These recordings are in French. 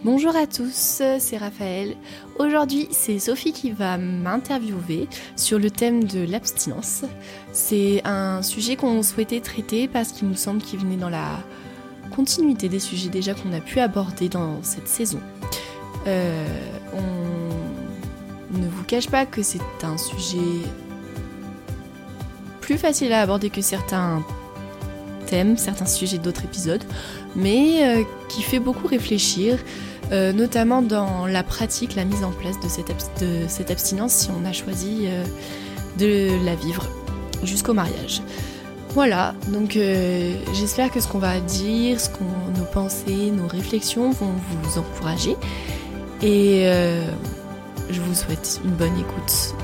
Bonjour à tous, c'est Raphaël. Aujourd'hui, c'est Sophie qui va m'interviewer sur le thème de l'abstinence. C'est un sujet qu'on souhaitait traiter parce qu'il nous semble qu'il venait dans la continuité des sujets déjà qu'on a pu aborder dans cette saison. On ne vous cache pas que c'est un sujet plus facile à aborder que certains thèmes, certains sujets d'autres épisodes, mais qui fait beaucoup réfléchir, notamment dans la pratique, la mise en place de cette abstinence si on a choisi de la vivre jusqu'au mariage. Voilà, donc j'espère que ce qu'on va dire, nos pensées, nos réflexions vont vous encourager et je vous souhaite une bonne écoute.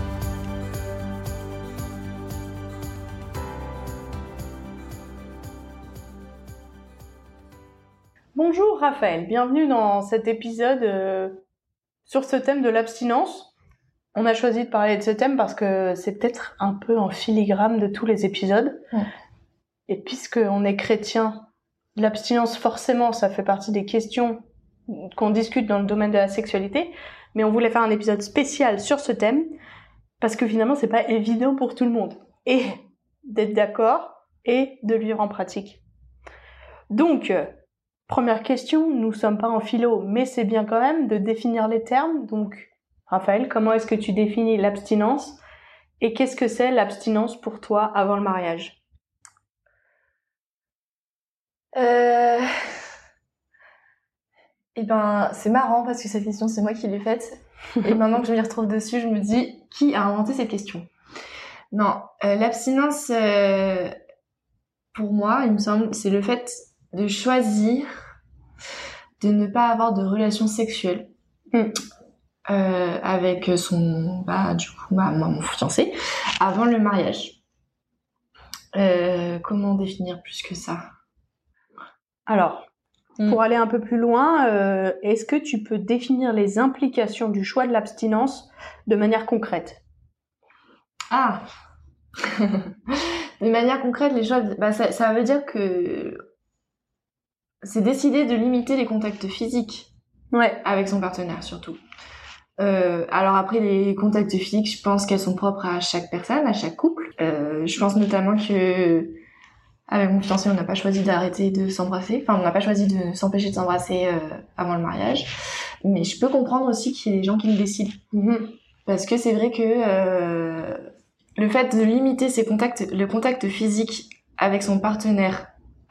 Bonjour Raphaël, bienvenue dans cet épisode sur ce thème de l'abstinence. On a choisi de parler de ce thème parce que c'est peut-être un peu en filigrane de tous les épisodes. Et puisqu'on est chrétien, l'abstinence forcément ça fait partie des questions qu'on discute dans le domaine de la sexualité, mais on voulait faire un épisode spécial sur ce thème parce que finalement c'est pas évident pour tout le monde et d'être d'accord et de le vivre en pratique. Donc première question, nous sommes pas en philo, mais c'est bien quand même de définir les termes. Donc, Raphaël, comment est-ce que tu définis l'abstinence et qu'est-ce que c'est l'abstinence pour toi avant le mariage ? Eh ben, c'est marrant parce que cette question, c'est moi qui l'ai faite. Et maintenant que je m'y retrouve dessus, je me dis, qui a inventé cette question ? Non, l'abstinence, pour moi, il me semble, c'est le fait de choisir de ne pas avoir de relations sexuelles avec mon fiancé avant le mariage. Comment définir plus que ça ? Alors, pour aller un peu plus loin, est-ce que tu peux définir les implications du choix de l'abstinence de manière concrète ? Ah De manière concrète, les choix, ça veut dire que c'est décider de limiter les contacts physiques avec son partenaire, surtout. Alors après, les contacts physiques, je pense qu'elles sont propres à chaque personne, à chaque couple. Je pense notamment que avec mon fiancé, on n'a pas choisi d'arrêter de s'embrasser. Enfin, on n'a pas choisi de s'empêcher de s'embrasser avant le mariage. Mais je peux comprendre aussi qu'il y ait des gens qui le décident. Parce que c'est vrai que le fait de limiter le contact physique avec son partenaire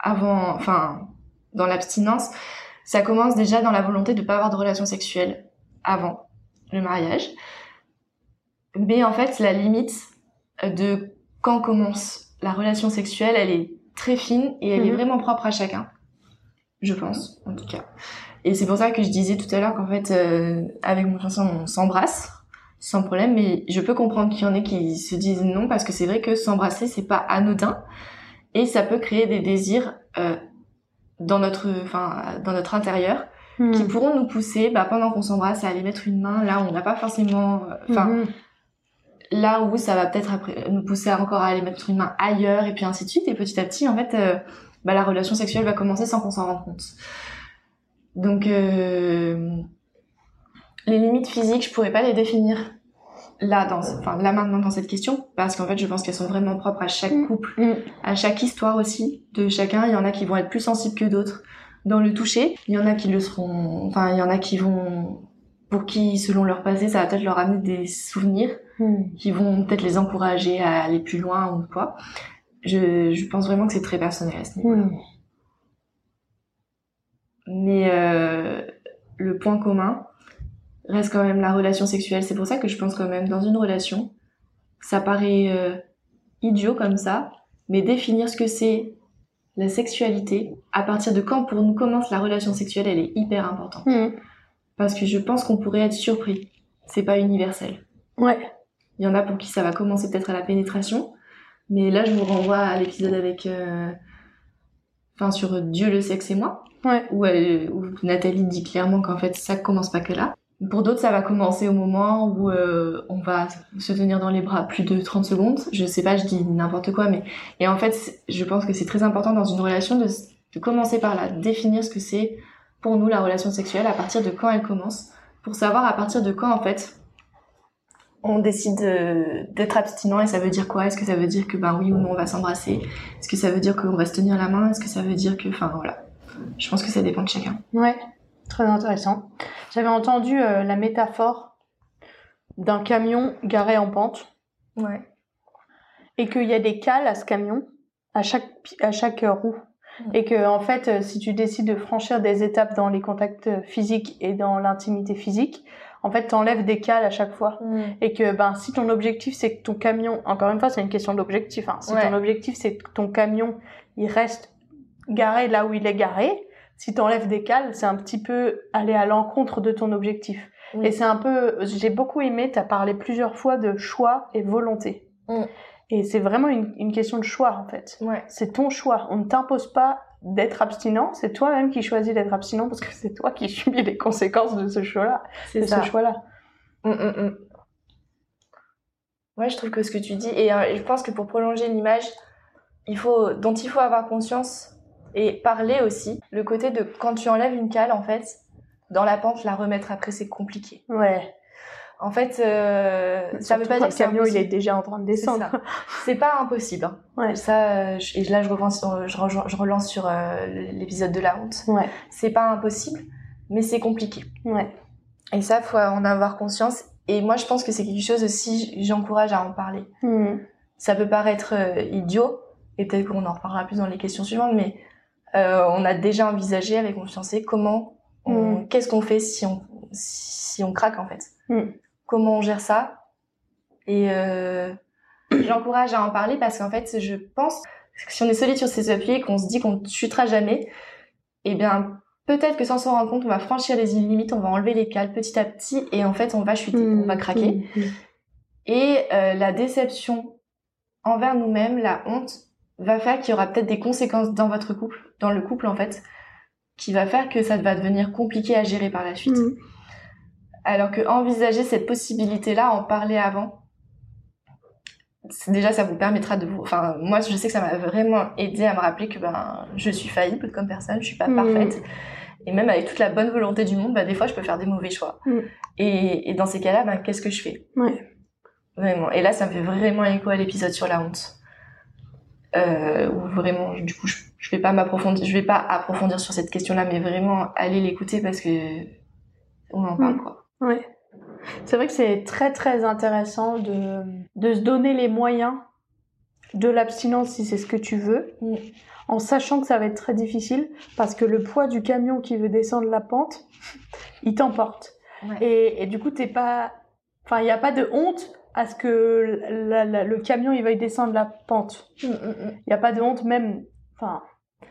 dans l'abstinence, ça commence déjà dans la volonté de pas avoir de relations sexuelles avant le mariage. Mais en fait, la limite de quand commence la relation sexuelle, elle est très fine et elle est vraiment propre à chacun. Je pense, en tout cas. Et c'est pour ça que je disais tout à l'heure qu'en fait, avec mon fiancé, on s'embrasse sans problème, mais je peux comprendre qu'il y en ait qui se disent non, parce que c'est vrai que s'embrasser, c'est pas anodin et ça peut créer des désirs dans notre intérieur qui pourront nous pousser pendant qu'on s'embrasse à aller mettre une main là où on n'a pas forcément là où ça va peut-être après nous pousser encore à aller mettre une main ailleurs et puis ainsi de suite, et petit à petit en fait la relation sexuelle va commencer sans qu'on s'en rende compte. Donc les limites physiques, je pourrais pas les définir là maintenant dans cette question, parce qu'en fait je pense qu'elles sont vraiment propres à chaque couple, à chaque histoire aussi de chacun. Il y en a qui vont être plus sensibles que d'autres dans le toucher, il y en a qui le seront, il y en a qui vont, pour qui selon leur passé ça va peut-être leur amener des souvenirs qui vont peut-être les encourager à aller plus loin ou quoi. Je pense vraiment que c'est très personnel à ce niveau-là. Mais le point commun reste quand même la relation sexuelle. C'est pour ça que je pense quand même dans une relation, ça paraît idiot comme ça, mais définir ce que c'est la sexualité, à partir de quand pour nous commence la relation sexuelle, elle est hyper importante. Parce que je pense qu'on pourrait être surpris. C'est pas universel. Ouais. Il y en a pour qui ça va commencer peut-être à la pénétration, mais là je vous renvoie à l'épisode avec sur Dieu, le sexe et moi, où Nathalie dit clairement qu'en fait ça commence pas que là. Pour d'autres, ça va commencer au moment où on va se tenir dans les bras plus de 30 secondes. Je sais pas, je dis n'importe quoi, mais... Et en fait, je pense que c'est très important dans une relation de commencer par là, définir ce que c'est pour nous, la relation sexuelle, à partir de quand elle commence, pour savoir à partir de quand, en fait, on décide d'être abstinent. Et ça veut dire quoi? Est-ce que ça veut dire que, oui ou non, on va s'embrasser? Est-ce que ça veut dire qu'on va se tenir la main? Est-ce que ça veut dire que... Enfin, voilà. Je pense que ça dépend de chacun. Ouais, très intéressant. J'avais entendu la métaphore d'un camion garé en pente. Ouais. Et qu'il y a des cales à ce camion, à chaque roue. Et que, en fait, si tu décides de franchir des étapes dans les contacts physiques et dans l'intimité physique, en fait, t'enlèves des cales à chaque fois. Et que, si ton objectif, c'est que ton camion, encore une fois, c'est une question d'objectif, hein. Si ton objectif, c'est que ton camion, il reste garé là où il est garé, si t'enlèves des cales, c'est un petit peu aller à l'encontre de ton objectif. Oui. Et c'est un peu, j'ai beaucoup aimé, t'as parlé plusieurs fois de choix et volonté. Et c'est vraiment une question de choix, en fait. Ouais. C'est ton choix. On ne t'impose pas d'être abstinent. C'est toi-même qui choisis d'être abstinent parce que c'est toi qui subis les conséquences de ce choix-là. C'est ça. Ce choix-là. Ouais, je trouve que ce que tu dis, et je pense que pour prolonger l'image, dont il faut avoir conscience et parler aussi, le côté de quand tu enlèves une cale, en fait, dans la pente, la remettre après, c'est compliqué. Ouais. En fait, ça veut pas dire que le camion il est déjà en train de descendre. C'est pas impossible. Hein. Ouais. Ça, et là je relance sur l'épisode de la honte. Ouais. C'est pas impossible, mais c'est compliqué. Ouais. Et ça, faut en avoir conscience. Et moi, je pense que c'est quelque chose aussi, j'encourage à en parler. Ça peut paraître idiot, et peut-être qu'on en reparlera plus dans les questions suivantes, mais on a déjà envisagé avec mon fiancé qu'est-ce qu'on fait si on craque, en fait. Comment on gère ça. Et j'encourage à en parler parce qu'en fait, je pense que si on est solide sur ses appuis et qu'on se dit qu'on ne chutera jamais, eh bien, peut-être que sans s'en rendre compte, on va franchir les limites, on va enlever les cales petit à petit et en fait, on va chuter, on va craquer. Et la déception envers nous-mêmes, la honte, va faire qu'il y aura peut-être des conséquences dans votre couple, dans le couple en fait, qui va faire que ça va devenir compliqué à gérer par la suite. Alors que envisager cette possibilité-là, en parler avant, déjà ça vous permettra de vous... Enfin, moi je sais que ça m'a vraiment aidé à me rappeler que je suis faillible comme personne, je suis pas parfaite. Et même avec toute la bonne volonté du monde, des fois je peux faire des mauvais choix. Et dans ces cas-là, qu'est-ce que je fais? Vraiment. Et là ça me fait vraiment écho à l'épisode sur la honte. Où vraiment, du coup, je vais pas approfondir sur cette question-là, mais vraiment aller l'écouter parce que on en parle, quoi. Ouais. C'est vrai que c'est très très intéressant de se donner les moyens de l'abstinence si c'est ce que tu veux, en sachant que ça va être très difficile parce que le poids du camion qui veut descendre la pente, il t'emporte. Et du coup, il n'y a pas de honte à ce que le camion il veuille descendre la pente. Il n'y a pas de honte même. Enfin,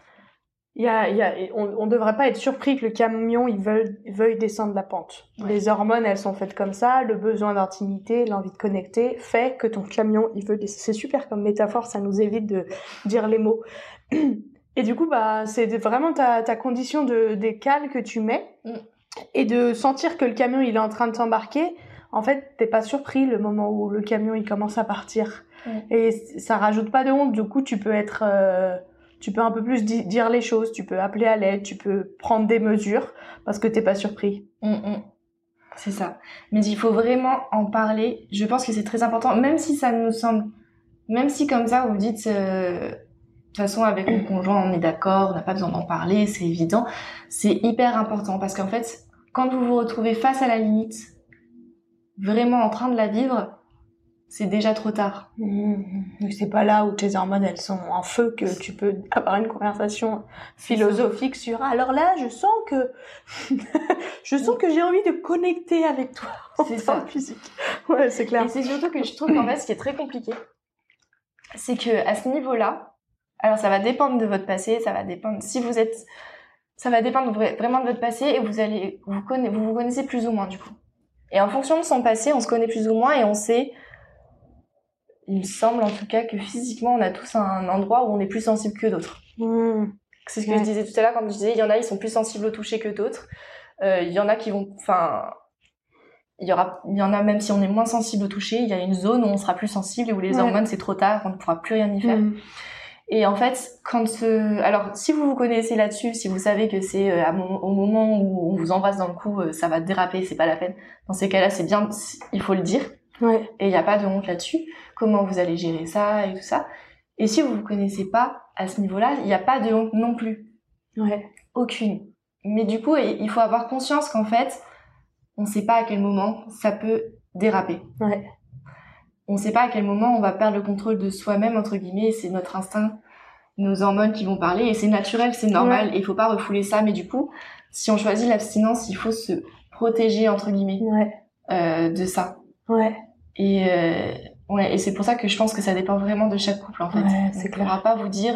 on devrait pas être surpris que le camion il veuille descendre la pente. Les hormones elles sont faites comme ça, le besoin d'intimité, l'envie de connecter fait que ton camion il veut descendre. C'est super comme métaphore, ça nous évite de dire les mots. Et du coup c'est vraiment ta condition des cales que tu mets et de sentir que le camion il est en train de t'embarquer. En fait, t'es pas surpris le moment où le camion il commence à partir. Et ça rajoute pas de honte. Du coup, tu peux un peu plus dire les choses, tu peux appeler à l'aide, tu peux prendre des mesures parce que t'es pas surpris. C'est ça. Mais il faut vraiment en parler. Je pense que c'est très important, même si comme ça vous dites, de toute façon avec mon conjoint on est d'accord, on n'a pas besoin d'en parler, c'est évident. C'est hyper important parce qu'en fait, quand vous vous retrouvez face à la limite, vraiment en train de la vivre, c'est déjà trop tard. C'est pas là où tes hormones elles sont en feu que tu peux avoir une conversation philosophique sur alors là je sens que j'ai envie de connecter avec toi en termes physique. Ouais, c'est clair. Et c'est surtout que je trouve qu'en fait ce qui est très compliqué, c'est que à ce niveau-là, alors ça va dépendre de votre passé, ça va dépendre vraiment de votre passé et vous connaissez plus ou moins du coup. Et en fonction de son passé, on se connaît plus ou moins et on sait, il me semble en tout cas que physiquement, on a tous un endroit où on est plus sensible que d'autres. C'est ce que je disais tout à l'heure quand je disais, il y en a, ils sont plus sensibles au toucher que d'autres. Il y en a qui vont, il y en a même si on est moins sensible au toucher, il y a une zone où on sera plus sensible et où les hormones c'est trop tard, on ne pourra plus rien y faire. Et en fait, alors si vous vous connaissez là-dessus, si vous savez que c'est au moment où on vous embrasse dans le cou, ça va déraper, c'est pas la peine. Dans ces cas-là, c'est bien, il faut le dire. Ouais. Et il n'y a pas de honte là-dessus. Comment vous allez gérer ça et tout ça. Et si vous vous connaissez pas à ce niveau-là, il n'y a pas de honte non plus. Ouais. Aucune. Mais du coup, il faut avoir conscience qu'en fait, on ne sait pas à quel moment ça peut déraper. Ouais. On ne sait pas à quel moment on va perdre le contrôle de soi-même, entre guillemets, et c'est notre instinct, nos hormones qui vont parler, et c'est naturel, c'est normal, et il faut pas refouler ça, mais du coup, si on choisit l'abstinence, il faut se protéger, entre guillemets, de ça. Ouais. Et c'est pour ça que je pense que ça dépend vraiment de chaque couple, en fait. Ouais, c'est clair. On ne pourra pas vous dire,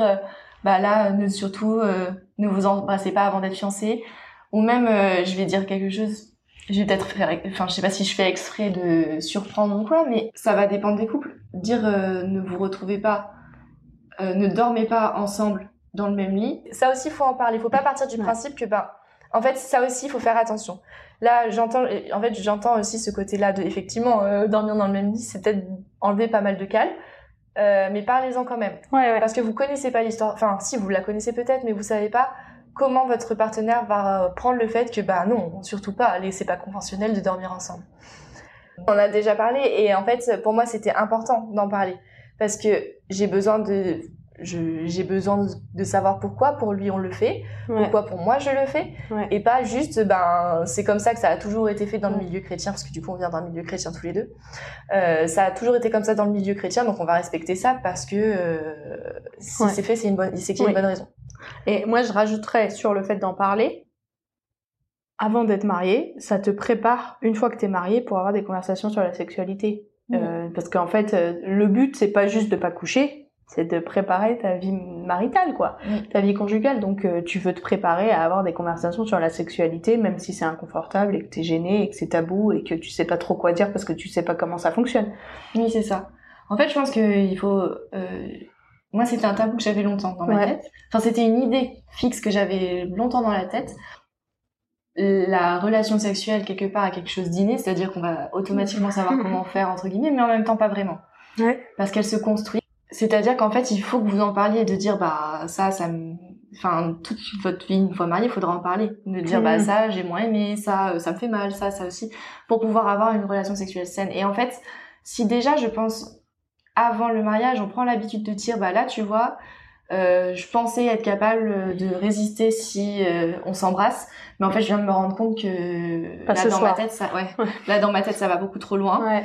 ne vous embrassez pas avant d'être fiancés, ou même, je vais dire quelque chose, je vais peut-être je sais pas si je fais exprès de surprendre ou quoi, mais ça va dépendre des couples. Dire ne vous retrouvez pas, ne dormez pas ensemble dans le même lit. Ça aussi, faut en parler. Faut pas partir du principe que en fait, ça aussi, faut faire attention. Là, j'entends aussi ce côté-là de effectivement dormir dans le même lit, c'est peut-être enlever pas mal de cale. Mais parlez-en quand même. Ouais. Parce que vous connaissez pas l'histoire. Enfin, si, vous la connaissez peut-être, mais vous savez pas comment votre partenaire va prendre le fait que non, surtout pas, c'est pas conventionnel de dormir ensemble. On en a déjà parlé et en fait pour moi c'était important d'en parler parce que j'ai besoin de savoir pourquoi pour lui on le fait, pourquoi pour moi je le fais et pas juste c'est comme ça que ça a toujours été fait dans le milieu chrétien parce que du coup on vient d'un milieu chrétien tous les deux. Ça a toujours été comme ça dans le milieu chrétien donc on va respecter ça parce que si c'est fait c'est qu'il y a une bonne raison. Et moi, je rajouterais sur le fait d'en parler, avant d'être marié, ça te prépare, une fois que t'es marié, pour avoir des conversations sur la sexualité. Parce qu'en fait, le but, c'est pas juste de pas coucher, c'est de préparer ta vie maritale, quoi. Ta vie conjugale. Donc, tu veux te préparer à avoir des conversations sur la sexualité, même si c'est inconfortable et que t'es gêné et que c'est tabou et que tu sais pas trop quoi dire parce que tu sais pas comment ça fonctionne. Oui, c'est ça. En fait, je pense qu'il faut... Moi, c'était un tabou que j'avais longtemps dans ma tête. Enfin, c'était une idée fixe que j'avais longtemps dans la tête. La relation sexuelle, quelque part, a quelque chose d'inné, c'est-à-dire qu'on va automatiquement savoir comment faire, entre guillemets, mais en même temps, pas vraiment. Parce qu'elle se construit. C'est-à-dire qu'en fait, il faut que vous en parliez et de dire, toute votre vie, une fois mariée, il faudra en parler. De dire, ça, j'ai moins aimé, ça me fait mal, ça aussi. Pour pouvoir avoir une relation sexuelle saine. Et en fait, si déjà, je pense... Avant le mariage, on prend l'habitude de dire, là, tu vois, je pensais être capable de résister si on s'embrasse, mais en fait, je viens de me rendre compte que là, dans ma tête, ça va beaucoup trop loin.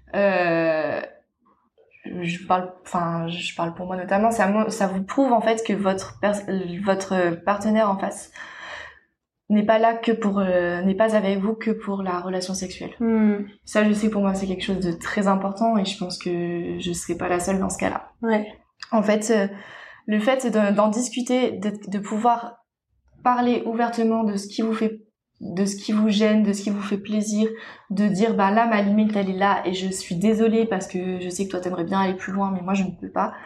Je parle pour moi notamment, ça vous prouve en fait que votre partenaire en face n'est pas avec vous que pour la relation sexuelle. Ça, je sais que pour moi, c'est quelque chose de très important et je pense que je serai pas la seule dans ce cas-là. En fait, le fait d'en discuter, de pouvoir parler ouvertement de ce qui vous fait, de ce qui vous gêne, de ce qui vous fait plaisir, de dire, là, ma limite, elle est là et je suis désolée parce que je sais que toi, t'aimerais bien aller plus loin, mais moi, je ne peux pas.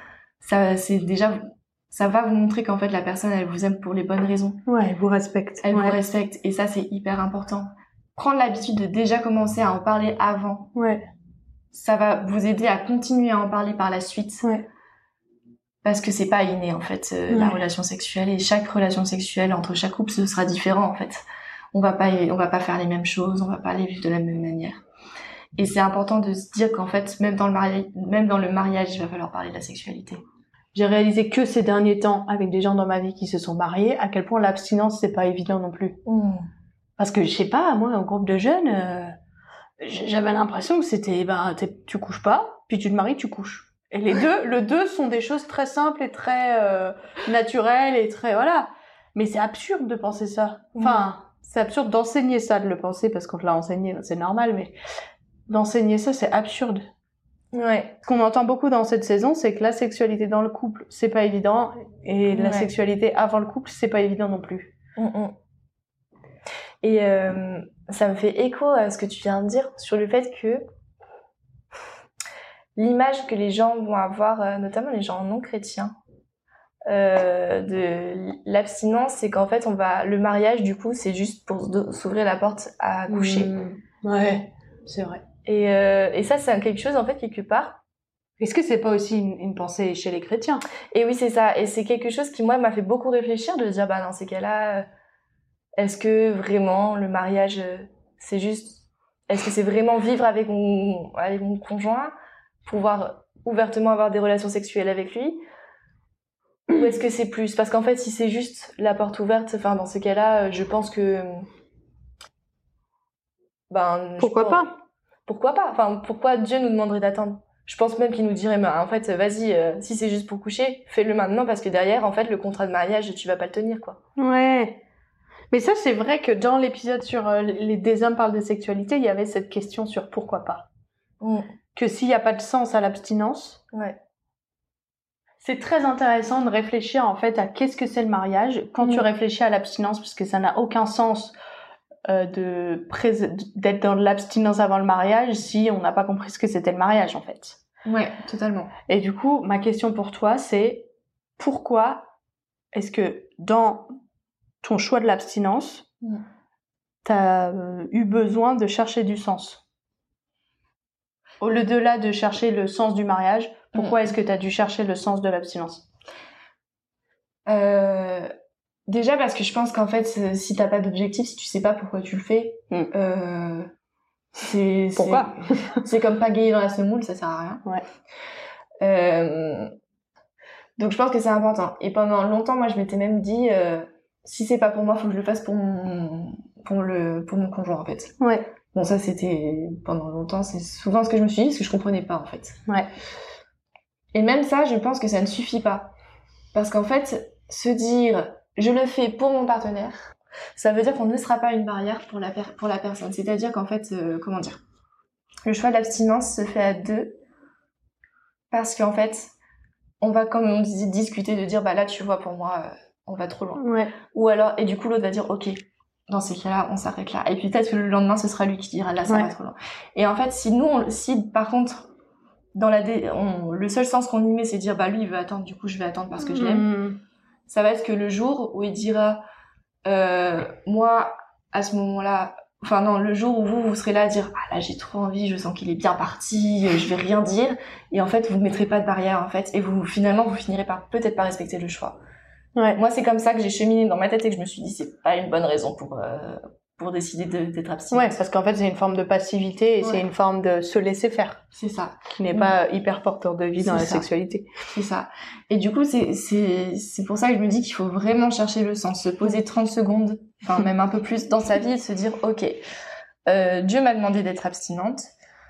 Ça va vous montrer qu'en fait, la personne, elle vous aime pour les bonnes raisons. Elle vous respecte. Elle vous respecte. Et ça, c'est hyper important. Prendre l'habitude de déjà commencer à en parler avant. Ça va vous aider à continuer à en parler par la suite. Parce que c'est pas inné, en fait, la relation sexuelle. Et chaque relation sexuelle, entre chaque couple, ce sera différent, en fait. On va pas faire les mêmes choses, on va pas les vivre de la même manière. Et c'est important de se dire qu'en fait, même dans le mariage, il va falloir parler de la sexualité. J'ai réalisé que ces derniers temps, avec des gens dans ma vie qui se sont mariés, à quel point l'abstinence, c'est pas évident non plus. Parce que, je sais pas, moi, un groupe de jeunes, j'avais l'impression que c'était, tu couches pas, puis tu te maries, tu couches. Et les deux sont des choses très simples et très naturelles et très, voilà. Mais c'est absurde de penser ça. Enfin, c'est absurde d'enseigner ça, de le penser, parce qu'on te l'a enseigné, c'est normal, mais d'enseigner ça, c'est absurde. Ce qu'on entend beaucoup dans cette saison, c'est que la sexualité dans le couple, c'est pas évident, et la sexualité avant le couple, c'est pas évident non plus. Et ça me fait écho à ce que tu viens de dire sur le fait que l'image que les gens vont avoir, notamment les gens non chrétiens, de l'abstinence, c'est qu'en fait le mariage du coup c'est juste pour s'ouvrir la porte à coucher. Ouais, c'est vrai. Et ça c'est quelque chose en fait quelque part Est-ce que c'est pas aussi une pensée chez les chrétiens? Et oui, c'est ça. Et c'est quelque chose qui, moi, m'a fait beaucoup réfléchir de dire, dans ces cas-là, est-ce que vraiment le mariage, c'est juste... Est-ce que c'est vraiment vivre avec mon conjoint, pouvoir ouvertement avoir des relations sexuelles avec lui? Ou est-ce que c'est plus? Parce qu'en fait, si c'est juste la porte ouverte, dans ces cas-là, je pense que... Pourquoi pas? Pourquoi pas? Pourquoi Dieu nous demanderait d'attendre? Je pense même qu'il nous dirait, en fait, vas-y, si c'est juste pour coucher, fais-le maintenant, parce que derrière, en fait, le contrat de mariage, tu vas pas le tenir, quoi. Ouais. Mais ça, c'est vrai que dans l'épisode sur des hommes parlent de sexualité, il y avait cette question sur pourquoi pas. Que s'il n'y a pas de sens à l'abstinence, c'est très intéressant de réfléchir en fait à qu'est-ce que c'est le mariage quand tu réfléchis à l'abstinence, parce que ça n'a aucun sens d'être dans l'abstinence avant le mariage si on n'a pas compris ce que c'était le mariage en fait. Ouais, totalement. Et du coup, ma question pour toi, c'est pourquoi est-ce que dans ton choix de l'abstinence, t'as eu besoin de chercher du sens? Au-delà de chercher le sens du mariage, pourquoi est-ce que t'as dû chercher le sens de l'abstinence? Déjà parce que je pense qu'en fait, si t'as pas d'objectif, si tu sais pas pourquoi tu le fais, Pourquoi? C'est comme pagayer dans la semoule, ça sert à rien. Ouais. Donc je pense que c'est important. Et pendant longtemps, moi, je m'étais même dit, si c'est pas pour moi, faut que je le fasse pour mon conjoint, en fait. Ouais. Bon, ça, c'était pendant longtemps, c'est souvent ce que je me suis dit, parce que je comprenais pas, en fait. Ouais. Et même ça, je pense que ça ne suffit pas. Parce qu'en fait, se dire, je le fais pour mon partenaire, ça veut dire qu'on ne sera pas une barrière pour la personne. C'est-à-dire qu'en fait, comment dire, le choix de l'abstinence se fait à deux, parce qu'en fait, on va, comme on dit, discuter, de dire, là, tu vois, pour moi, on va trop loin. Ouais. Ou alors, et du coup, l'autre va dire, ok, dans ces cas-là, on s'arrête là. Et puis peut-être que le lendemain, ce sera lui qui dira, là, ça va trop loin. Et en fait, si par contre, dans le seul sens qu'on y met, c'est de dire, lui, il veut attendre, du coup, je vais attendre parce que je l'aime. Ça va être que le jour où il dira, moi, à ce moment-là, le jour où vous serez là à dire, là, j'ai trop envie, je sens qu'il est bien parti, je vais rien dire. Et en fait, vous mettrez pas de barrière, en fait. Et finalement, vous finirez peut-être par respecter le choix. Ouais. Moi, c'est comme ça que j'ai cheminé dans ma tête et que je me suis dit, c'est pas une bonne raison pour décider d'être abstinente. Ouais, parce qu'en fait, c'est une forme de passivité et c'est une forme de se laisser faire. C'est ça. Qui n'est pas hyper porteur de vie dans la sexualité. C'est ça. Et du coup, c'est pour ça que je me dis qu'il faut vraiment chercher le sens, se poser 30 secondes, même un peu plus dans sa vie et se dire, ok, Dieu m'a demandé d'être abstinente.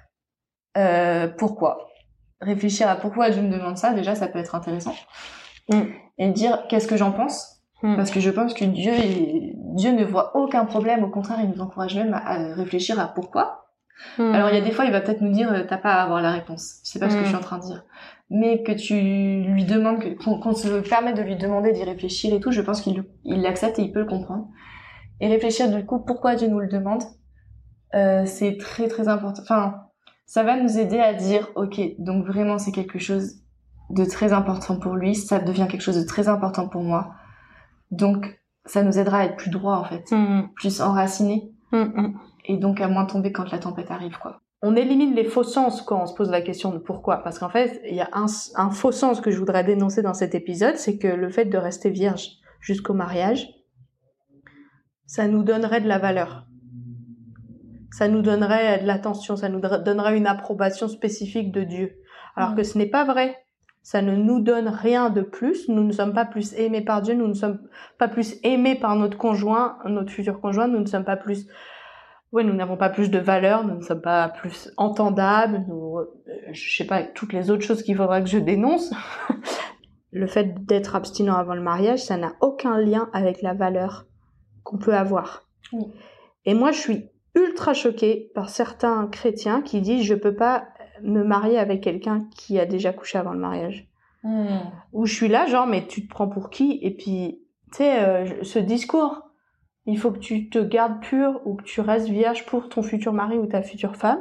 Pourquoi? Réfléchir à pourquoi Dieu me demande ça, déjà, ça peut être intéressant. Et dire qu'est-ce que j'en pense, parce que je pense que Dieu ne voit aucun problème, au contraire il nous encourage même à réfléchir à pourquoi. Alors il y a des fois il va peut-être nous dire t'as pas à avoir la réponse, je sais pas ce que je suis en train de dire, mais que tu lui demandes, qu'on se permette de lui demander d'y réfléchir et tout, je pense qu'il l'accepte et il peut le comprendre. Et réfléchir du coup pourquoi Dieu nous le demande, c'est très très important. Ça va nous aider à dire ok, donc vraiment c'est quelque chose de très important pour lui, ça devient quelque chose de très important pour moi. Donc, ça nous aidera à être plus droit, en fait. Plus enraciné. Et donc, à moins tomber quand la tempête arrive, quoi. On élimine les faux sens quand on se pose la question de pourquoi. Parce qu'en fait, il y a un faux sens que je voudrais dénoncer dans cet épisode, c'est que le fait de rester vierge jusqu'au mariage, ça nous donnerait de la valeur. Ça nous donnerait de l'attention, ça nous donnerait une approbation spécifique de Dieu. Alors que ce n'est pas vrai. Ça ne nous donne rien de plus. Nous ne sommes pas plus aimés par Dieu. Nous ne sommes pas plus aimés par notre conjoint, notre futur conjoint. Nous ne sommes pas plus... nous n'avons pas plus de valeur. Nous ne sommes pas plus entendables. Je sais pas, toutes les autres choses qu'il faudra que je dénonce. Le fait d'être abstinent avant le mariage, ça n'a aucun lien avec la valeur qu'on peut avoir. Et moi, je suis ultra choquée par certains chrétiens qui disent « je peux pas me marier avec quelqu'un qui a déjà couché avant le mariage. Où je suis là, genre, mais tu te prends pour qui? Et puis, tu sais, ce discours, il faut que tu te gardes pure ou que tu restes vierge pour ton futur mari ou ta future femme.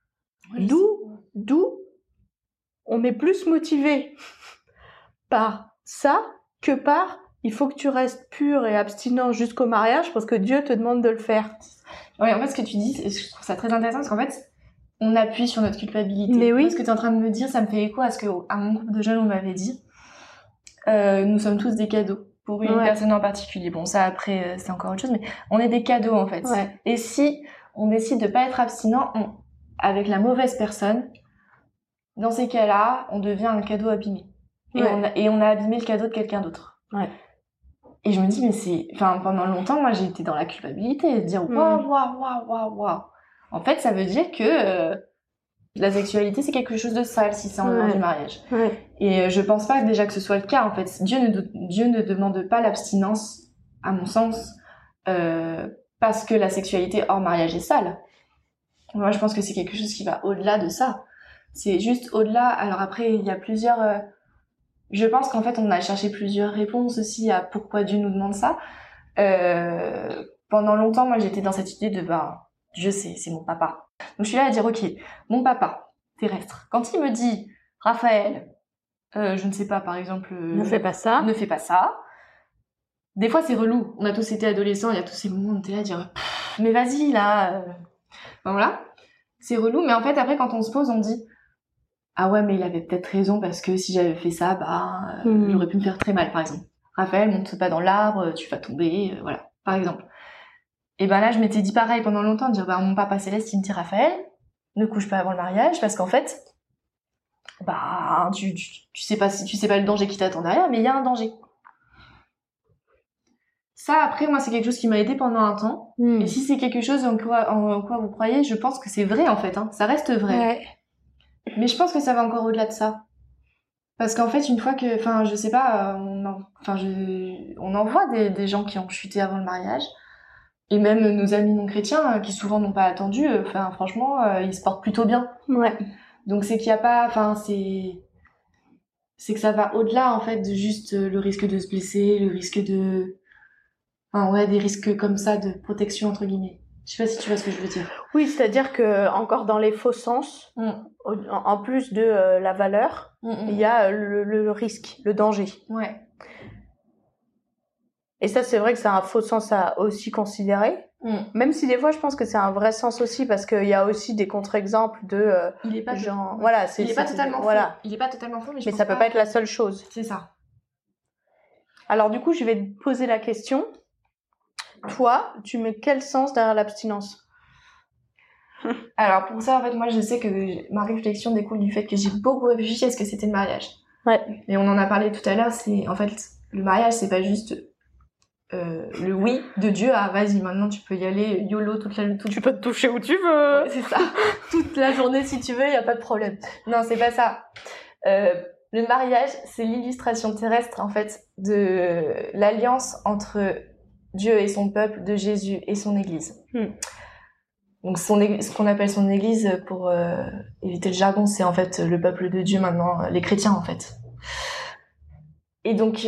D'où on est plus motivé par ça que par il faut que tu restes pure et abstinent jusqu'au mariage parce que Dieu te demande de le faire. Ouais, en fait, ce que tu dis, je trouve ça très intéressant parce qu'en fait, on appuie sur notre culpabilité. Mais oui. Ce que tu es en train de me dire, ça me fait écho à ce qu'à mon groupe de jeunes, on m'avait dit. Nous sommes tous des cadeaux pour une personne en particulier. Bon, ça, après, c'est encore autre chose, mais on est des cadeaux, en fait. Ouais. Et si on décide de pas être abstinent avec la mauvaise personne, dans ces cas-là, on devient un cadeau abîmé. Et on a abîmé le cadeau de quelqu'un d'autre. Ouais. Et je me dis, mais pendant longtemps, moi, j'ai été dans la culpabilité, de dire, waouh. En fait, ça veut dire que la sexualité, c'est quelque chose de sale si c'est en dehors du mariage. Ouais. Et je pense pas déjà que ce soit le cas, en fait. Dieu ne demande pas l'abstinence, à mon sens, parce que la sexualité hors mariage est sale. Moi, je pense que c'est quelque chose qui va au-delà de ça. C'est juste au-delà. Alors après, il y a plusieurs... Je pense qu'en fait, on a cherché plusieurs réponses aussi à pourquoi Dieu nous demande ça. Pendant longtemps, moi, j'étais dans cette idée de, Dieu, c'est mon papa. Donc, je suis là à dire, ok, mon papa terrestre, quand il me dit, Raphaël, je ne sais pas, par exemple... ne fais pas ça. Ne fais pas ça. Des fois, c'est relou. On a tous été adolescents, il y a tous ces moments où on était là à dire, mais vas-y, là... voilà. C'est relou, mais en fait, après, quand on se pose, on dit, ah ouais, mais il avait peut-être raison, parce que si j'avais fait ça, j'aurais pu me faire très mal, par exemple. Raphaël, monte pas dans l'arbre, tu vas tomber, voilà, par exemple. Et là, je m'étais dit pareil pendant longtemps, de dire, mon papa céleste, il me dit, Raphaël, ne couche pas avant le mariage, parce qu'en fait, tu sais pas le danger qui t'attend derrière, mais il y a un danger. Ça, après, moi, c'est quelque chose qui m'a aidé pendant un temps. Et si c'est quelque chose en quoi vous croyez, je pense que c'est vrai, en fait, ça reste vrai. Ouais. Mais je pense que ça va encore au-delà de ça. Parce qu'en fait, une fois que, je sais pas, on en voit des gens qui ont chuté avant le mariage. Et même nos amis non chrétiens, qui souvent n'ont pas attendu, franchement, ils se portent plutôt bien. Ouais. Donc c'est qu'il y a pas, c'est que ça va au-delà, en fait, de juste le risque de se blesser, le risque de... des risques comme ça de protection, entre guillemets. Je sais pas si tu vois ce que je veux dire. Oui, c'est-à-dire que encore dans les faux sens, en plus de la valeur, il y a le risque, le danger. Ouais. Et ça, c'est vrai que c'est un faux sens à aussi considérer. Même si des fois, je pense que c'est un vrai sens aussi, parce qu'il y a aussi des contre-exemples de il est pas gens. Voilà, il est pas totalement faux. Voilà. Il est pas totalement faux, mais ça peut pas être la seule chose. C'est ça. Alors du coup, je vais te poser la question. Toi, tu mets quel sens derrière l'abstinence? Alors pour ça, en fait, moi je sais que ma réflexion découle du fait que j'ai beaucoup réfléchi à ce que c'était le mariage. Ouais. Et on en a parlé tout à l'heure, c'est en fait le mariage, c'est pas juste le oui de Dieu à vas-y maintenant tu peux y aller YOLO tu peux te toucher où tu veux. Ouais, c'est ça. Toute la journée si tu veux, y a pas de problème. Non, c'est pas ça. Le mariage, c'est l'illustration terrestre en fait de l'alliance entre Dieu et son peuple, de Jésus et son Église. Donc ce qu'on appelle son Église, pour éviter le jargon, c'est en fait le peuple de Dieu maintenant, les chrétiens en fait. Et donc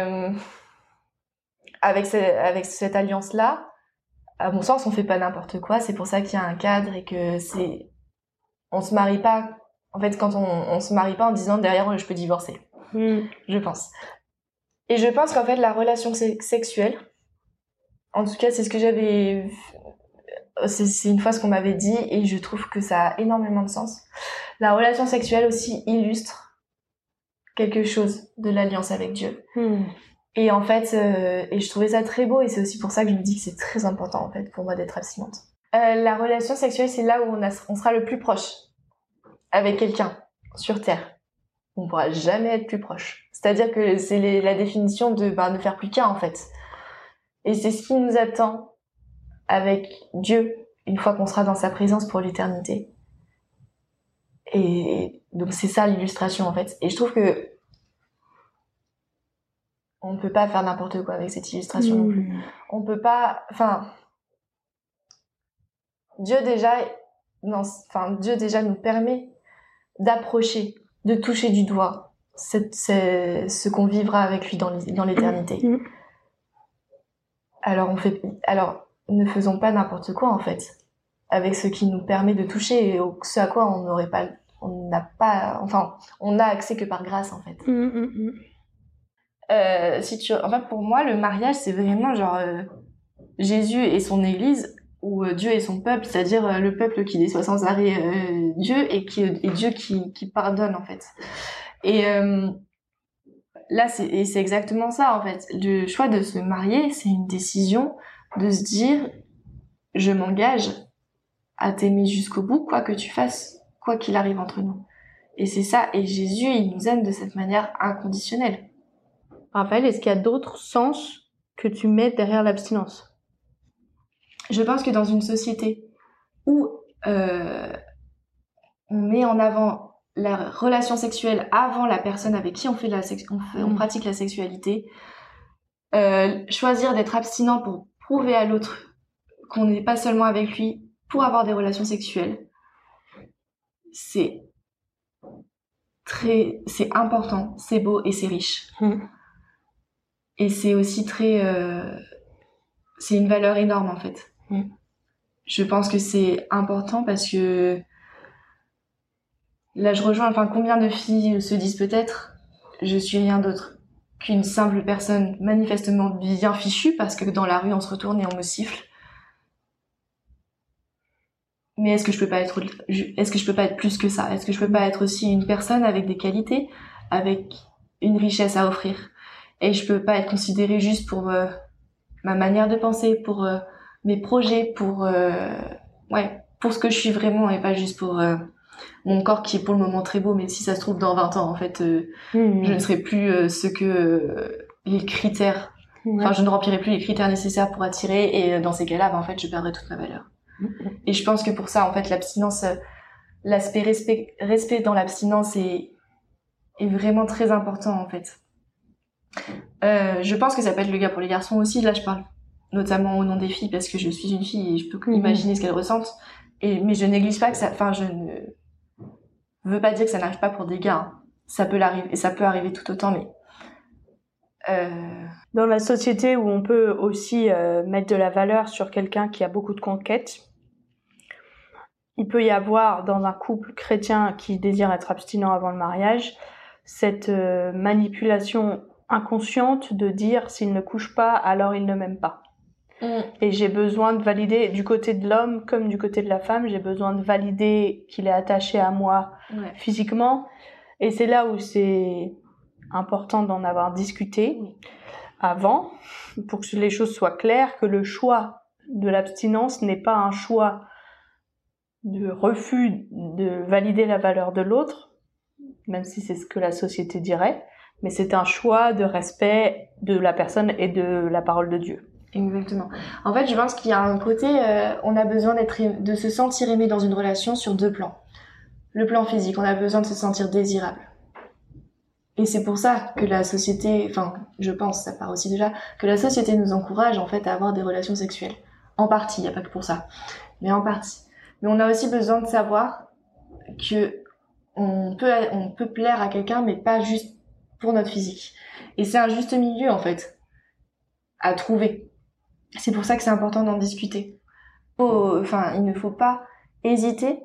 avec cette alliance-là, à mon sens, on fait pas n'importe quoi. C'est pour ça qu'il y a un cadre et que on se marie pas. En fait, quand on se marie pas en disant derrière je peux divorcer. Je pense. Et je pense qu'en fait la relation sexuelle, en tout cas c'est ce que j'avais, c'est une fois ce qu'on m'avait dit et je trouve que ça a énormément de sens. La relation sexuelle aussi illustre quelque chose de l'alliance avec Dieu. Et en fait, et je trouvais ça très beau et c'est aussi pour ça que je me dis que c'est très important en fait pour moi d'être abstinente. La relation sexuelle, c'est là où on sera le plus proche avec quelqu'un sur Terre. On ne pourra jamais être plus proche. C'est-à-dire que c'est la définition de ne faire plus qu'un en fait. Et c'est ce qui nous attend avec Dieu une fois qu'on sera dans sa présence pour l'éternité. Et donc c'est ça l'illustration en fait. Et je trouve que on ne peut pas faire n'importe quoi avec cette illustration non plus. On peut pas... Dieu déjà nous permet d'approcher, de toucher du doigt ce qu'on vivra avec lui dans l'éternité. Alors ne faisons pas n'importe quoi en fait avec ce qui nous permet de toucher et ce à quoi on n'a accès que par grâce en fait. Pour moi le mariage c'est vraiment Jésus et son Église où Dieu est son peuple, c'est-à-dire le peuple qui déçoit sans arrêt Dieu et Dieu qui pardonne en fait. Et là, c'est exactement ça en fait. Le choix de se marier, c'est une décision de se dire, je m'engage à t'aimer jusqu'au bout, quoi que tu fasses, quoi qu'il arrive entre nous. Et c'est ça. Et Jésus, il nous aime de cette manière inconditionnelle. Raphaël, est-ce qu'il y a d'autres sens que tu mets derrière l'abstinence? Je pense que dans une société où on met en avant la relation sexuelle avant la personne avec qui on pratique la sexualité, choisir d'être abstinent pour prouver à l'autre qu'on n'est pas seulement avec lui pour avoir des relations sexuelles, c'est important, c'est beau et c'est riche. Et c'est aussi c'est une valeur énorme en fait. Je pense que c'est important parce que là je rejoins, combien de filles se disent peut-être je suis rien d'autre qu'une simple personne manifestement bien fichue parce que dans la rue on se retourne et on me siffle. Mais est-ce que je peux pas être plus que ça? Est-ce que je peux pas être aussi une personne avec des qualités, avec une richesse à offrir? Et je peux pas être considérée juste pour ma manière de penser, pour mes projets, pour ce que je suis vraiment et pas juste pour mon corps qui est pour le moment très beau, mais si ça se trouve dans 20 ans en fait je ne serai plus ce que les critères, je ne remplirai plus les critères nécessaires pour attirer, et dans ces cas-là en fait je perdrai toute ma valeur. Et je pense que pour ça en fait l'abstinence, l'aspect respect dans l'abstinence est vraiment très important en fait. Je pense que ça peut être le cas pour les garçons aussi. Là je parle notamment au nom des filles parce que je suis une fille et je peux imaginer ce qu'elles ressentent, mais je néglige pas que ça, je ne veux pas dire que ça n'arrive pas pour des gars, hein. Ça peut l'arriver, et ça peut arriver tout autant, mais dans la société où on peut aussi mettre de la valeur sur quelqu'un qui a beaucoup de conquêtes, il peut y avoir dans un couple chrétien qui désire être abstinent avant le mariage cette manipulation inconsciente de dire s'il ne couche pas alors il ne m'aime pas. Et j'ai besoin de valider, du côté de l'homme comme du côté de la femme, j'ai besoin de valider qu'il est attaché à moi physiquement, et c'est là où c'est important d'en avoir discuté avant pour que les choses soient claires, que le choix de l'abstinence n'est pas un choix de refus de valider la valeur de l'autre, même si c'est ce que la société dirait, mais c'est un choix de respect de la personne et de la parole de Dieu. Exactement. En fait, je pense qu'il y a un côté, on a besoin de se sentir aimé dans une relation sur deux plans. Le plan physique, on a besoin de se sentir désirable. Et c'est pour ça que la société, je pense, ça part aussi déjà, que la société nous encourage en fait à avoir des relations sexuelles. En partie, il n'y a pas que pour ça, mais en partie. Mais on a aussi besoin de savoir que on peut plaire à quelqu'un, mais pas juste pour notre physique. Et c'est un juste milieu en fait à trouver. C'est pour ça que c'est important d'en discuter. Il ne faut pas hésiter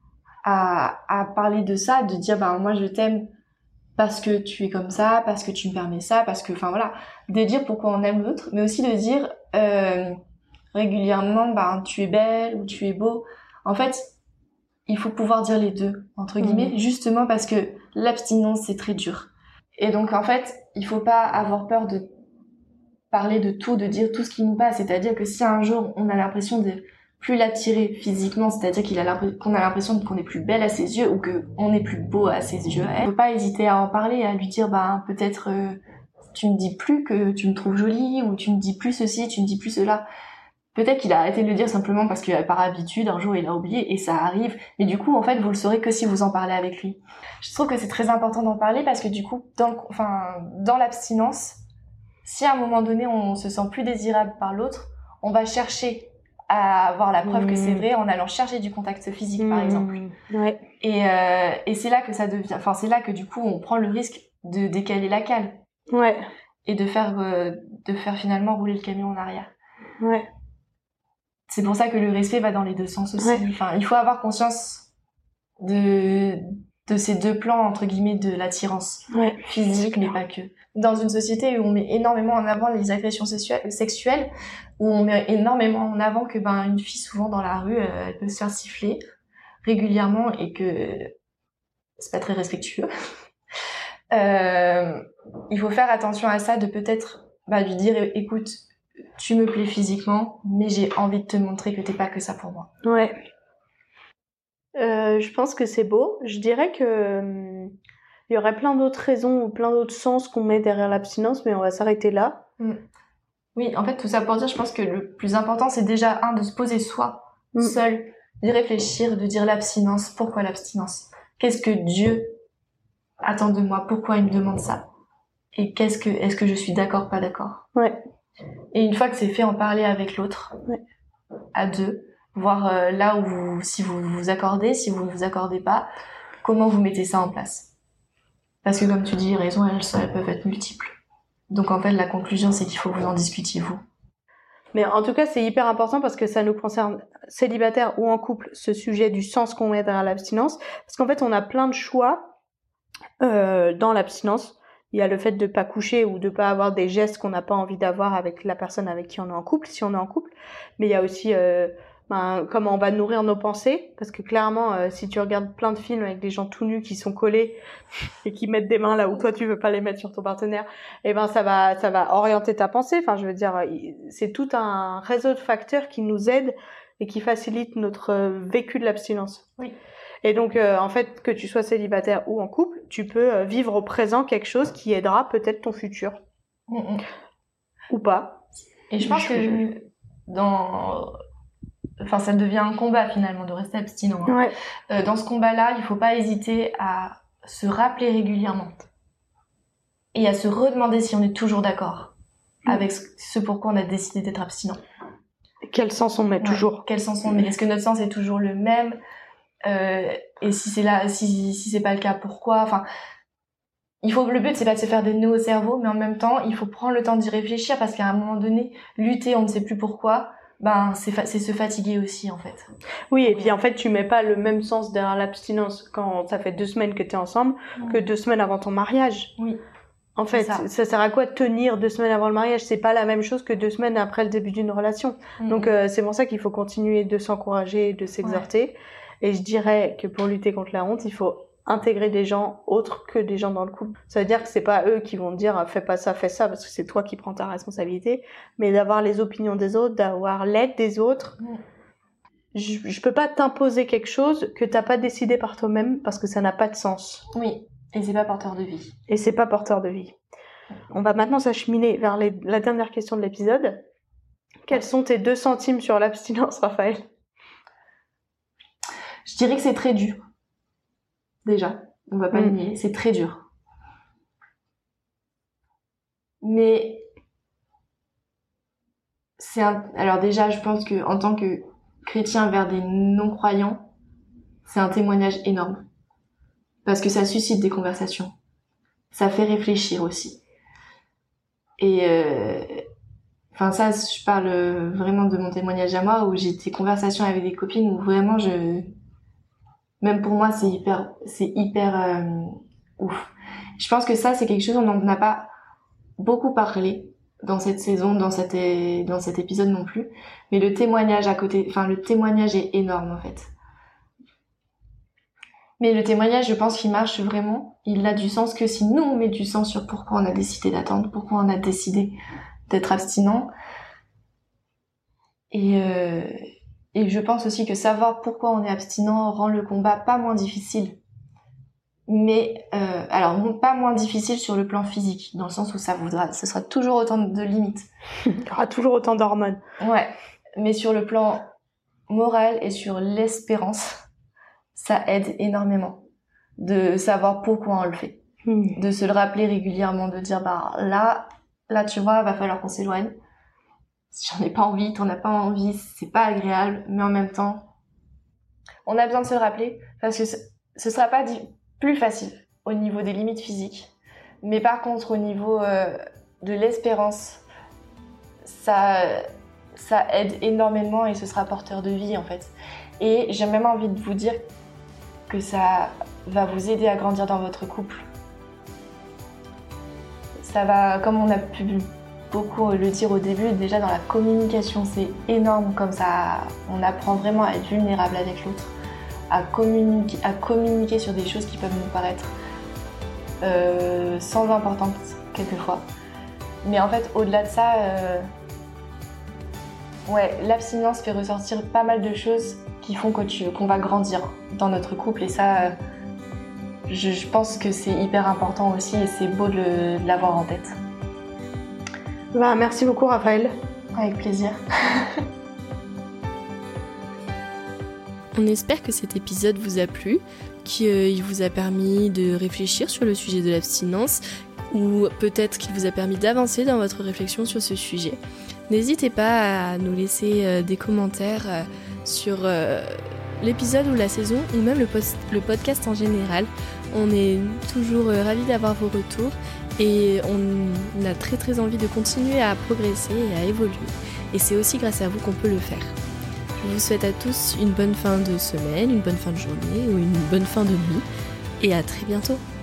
à parler de ça, de dire moi je t'aime parce que tu es comme ça, parce que tu me permets ça, parce que de dire pourquoi on aime l'autre, mais aussi de dire régulièrement tu es belle ou tu es beau. En fait, il faut pouvoir dire les deux entre guillemets, justement parce que l'abstinence c'est très dur. Et donc en fait, il faut pas avoir peur de parler de tout, de dire tout ce qui nous passe. C'est-à-dire que si un jour on a l'impression de plus l'attirer physiquement, c'est-à-dire qu'on a l'impression qu'on est plus belle à ses yeux ou qu'on est plus beau à ses yeux, il faut pas hésiter à en parler, à lui dire peut-être tu me dis plus que tu me trouves jolie, ou tu me dis plus ceci, tu me dis plus cela. Peut-être qu'il a arrêté de le dire simplement parce que par habitude un jour il a oublié, et ça arrive, mais du coup en fait vous le saurez que si vous en parlez avec lui. Je trouve que c'est très important d'en parler parce que du coup dans l'abstinence, si à un moment donné on se sent plus désirable par l'autre, on va chercher à avoir la preuve que c'est vrai en allant chercher du contact physique par exemple. Ouais. Et c'est là que ça devient, c'est là que du coup on prend le risque de décaler la cale. Ouais. Et de faire finalement rouler le camion en arrière. Ouais. C'est pour ça que le respect va dans les deux sens aussi. Ouais. Il faut avoir conscience de de ces deux plans, entre guillemets, de l'attirance physique, mais pas que. Dans une société où on met énormément en avant les agressions sexuelles, où on met énormément en avant que une fille, souvent dans la rue, elle peut se faire siffler régulièrement et que c'est pas très respectueux. Il faut faire attention à ça, de peut-être lui dire écoute, tu me plais physiquement, mais j'ai envie de te montrer que t'es pas que ça pour moi. Ouais. Je pense que c'est beau. Je dirais que il y aurait plein d'autres raisons ou plein d'autres sens qu'on met derrière l'abstinence, mais on va s'arrêter là. Oui, en fait, tout ça pour dire, je pense que le plus important, c'est déjà, de se poser soi, seul, d'y réfléchir, de dire l'abstinence. Pourquoi l'abstinence? Qu'est-ce que Dieu attend de moi? Pourquoi il me demande ça? Et est-ce que je suis d'accord, pas d'accord? Ouais. Et une fois que c'est fait, en parler avec l'autre, à deux, voir là où si vous vous accordez, si vous ne vous accordez pas, comment vous mettez ça en place. Parce que comme tu dis, les raisons, elles peuvent être multiples. Donc en fait, la conclusion, c'est qu'il faut que vous en discutiez, vous. Mais en tout cas, c'est hyper important parce que ça nous concerne, célibataires ou en couple, ce sujet du sens qu'on met derrière l'abstinence. Parce qu'en fait, on a plein de choix dans l'abstinence. Il y a le fait de pas coucher ou de pas avoir des gestes qu'on n'a pas envie d'avoir avec la personne avec qui on est en couple, si on est en couple. Mais il y a aussi comment on va nourrir nos pensées, parce que clairement, si tu regardes plein de films avec des gens tout nus qui sont collés et qui mettent des mains là où toi tu veux pas les mettre sur ton partenaire, ça va orienter ta pensée. Enfin, je veux dire, c'est tout un réseau de facteurs qui nous aident et qui facilitent notre vécu de l'abstinence. Oui. Et donc, en fait, que tu sois célibataire ou en couple, tu peux vivre au présent quelque chose qui aidera peut-être ton futur. Ou pas. Et je pense que ça devient un combat finalement de rester abstinent. Ouais. Dans ce combat-là, il faut pas hésiter à se rappeler régulièrement et à se redemander si on est toujours d'accord avec ce pourquoi on a décidé d'être abstinent. Quel sens on met toujours? Quel sens on met? Est-ce que notre sens est toujours le même? Et si c'est pas le cas, pourquoi? Enfin, le but c'est pas de se faire des nœuds au cerveau, mais en même temps, il faut prendre le temps d'y réfléchir parce qu'à un moment donné, lutter, on ne sait plus pourquoi. C'est se fatiguer aussi, en fait. Oui, et puis en fait, tu mets pas le même sens derrière l'abstinence quand ça fait 2 semaines que t'es ensemble que 2 semaines avant ton mariage. Oui. En fait, ça sert à quoi de tenir 2 semaines avant le mariage? C'est pas la même chose que 2 semaines après le début d'une relation. Donc, c'est pour ça qu'il faut continuer de s'encourager et de s'exhorter. Et je dirais que pour lutter contre la honte, il faut intégrer des gens autres que des gens dans le couple. Ça veut dire que c'est pas eux qui vont te dire fais pas ça, fais ça, parce que c'est toi qui prends ta responsabilité, mais d'avoir les opinions des autres, d'avoir l'aide des autres. Je peux pas t'imposer quelque chose que t'as pas décidé par toi-même parce que ça n'a pas de sens. Oui, et c'est pas porteur de vie. Et c'est pas porteur de vie. On va maintenant s'acheminer vers la dernière question de l'épisode. Quels sont tes 2 centimes sur l'abstinence, Raphaël? Je dirais que c'est très dur. Déjà, on va pas le nier, c'est très dur. Mais alors déjà, je pense que en tant que chrétien vers des non-croyants, c'est un témoignage énorme. Parce que ça suscite des conversations. Ça fait réfléchir aussi. Et ça, je parle vraiment de mon témoignage à moi, où j'ai des conversations avec des copines où vraiment même pour moi, c'est hyper ouf. Je pense que ça, c'est quelque chose dont on n'a pas beaucoup parlé dans cette saison, dans cet épisode non plus. Mais le témoignage le témoignage est énorme, en fait. Mais le témoignage, je pense qu'il marche vraiment. Il a du sens que si nous, on met du sens sur pourquoi on a décidé d'attendre, pourquoi on a décidé d'être abstinent. Et je pense aussi que savoir pourquoi on est abstinent rend le combat pas moins difficile. Mais, pas moins difficile sur le plan physique, dans le sens où ce sera toujours autant de limites. Il y aura toujours autant d'hormones. Ouais. Mais sur le plan moral et sur l'espérance, ça aide énormément. De savoir pourquoi on le fait. De se le rappeler régulièrement, de dire, là, tu vois, va falloir qu'on s'éloigne. J'en ai pas envie, t'en as pas envie, c'est pas agréable, mais en même temps, on a besoin de se le rappeler parce que ce sera pas plus facile au niveau des limites physiques, mais par contre au niveau de l'espérance, ça aide énormément et ce sera porteur de vie en fait. Et j'ai même envie de vous dire que ça va vous aider à grandir dans votre couple. Ça va, comme on a pu beaucoup le dire au début, déjà dans la communication, c'est énorme comme ça. On apprend vraiment à être vulnérable avec l'autre, à communiquer sur des choses qui peuvent nous paraître sans importance quelquefois. Mais en fait, au-delà de ça, l'abstinence fait ressortir pas mal de choses qui font qu'on va grandir dans notre couple. Et ça, je pense que c'est hyper important aussi et c'est beau de l'avoir en tête. Merci beaucoup Raphaël. Avec plaisir. On espère que cet épisode vous a plu, qu'il vous a permis de réfléchir sur le sujet de l'abstinence ou peut-être qu'il vous a permis d'avancer dans votre réflexion sur ce sujet. N'hésitez pas à nous laisser des commentaires sur l'épisode ou la saison ou même le podcast en général. On est toujours ravis d'avoir vos retours et on a très très envie de continuer à progresser et à évoluer. Et c'est aussi grâce à vous qu'on peut le faire. Je vous souhaite à tous une bonne fin de semaine, une bonne fin de journée ou une bonne fin de nuit et à très bientôt.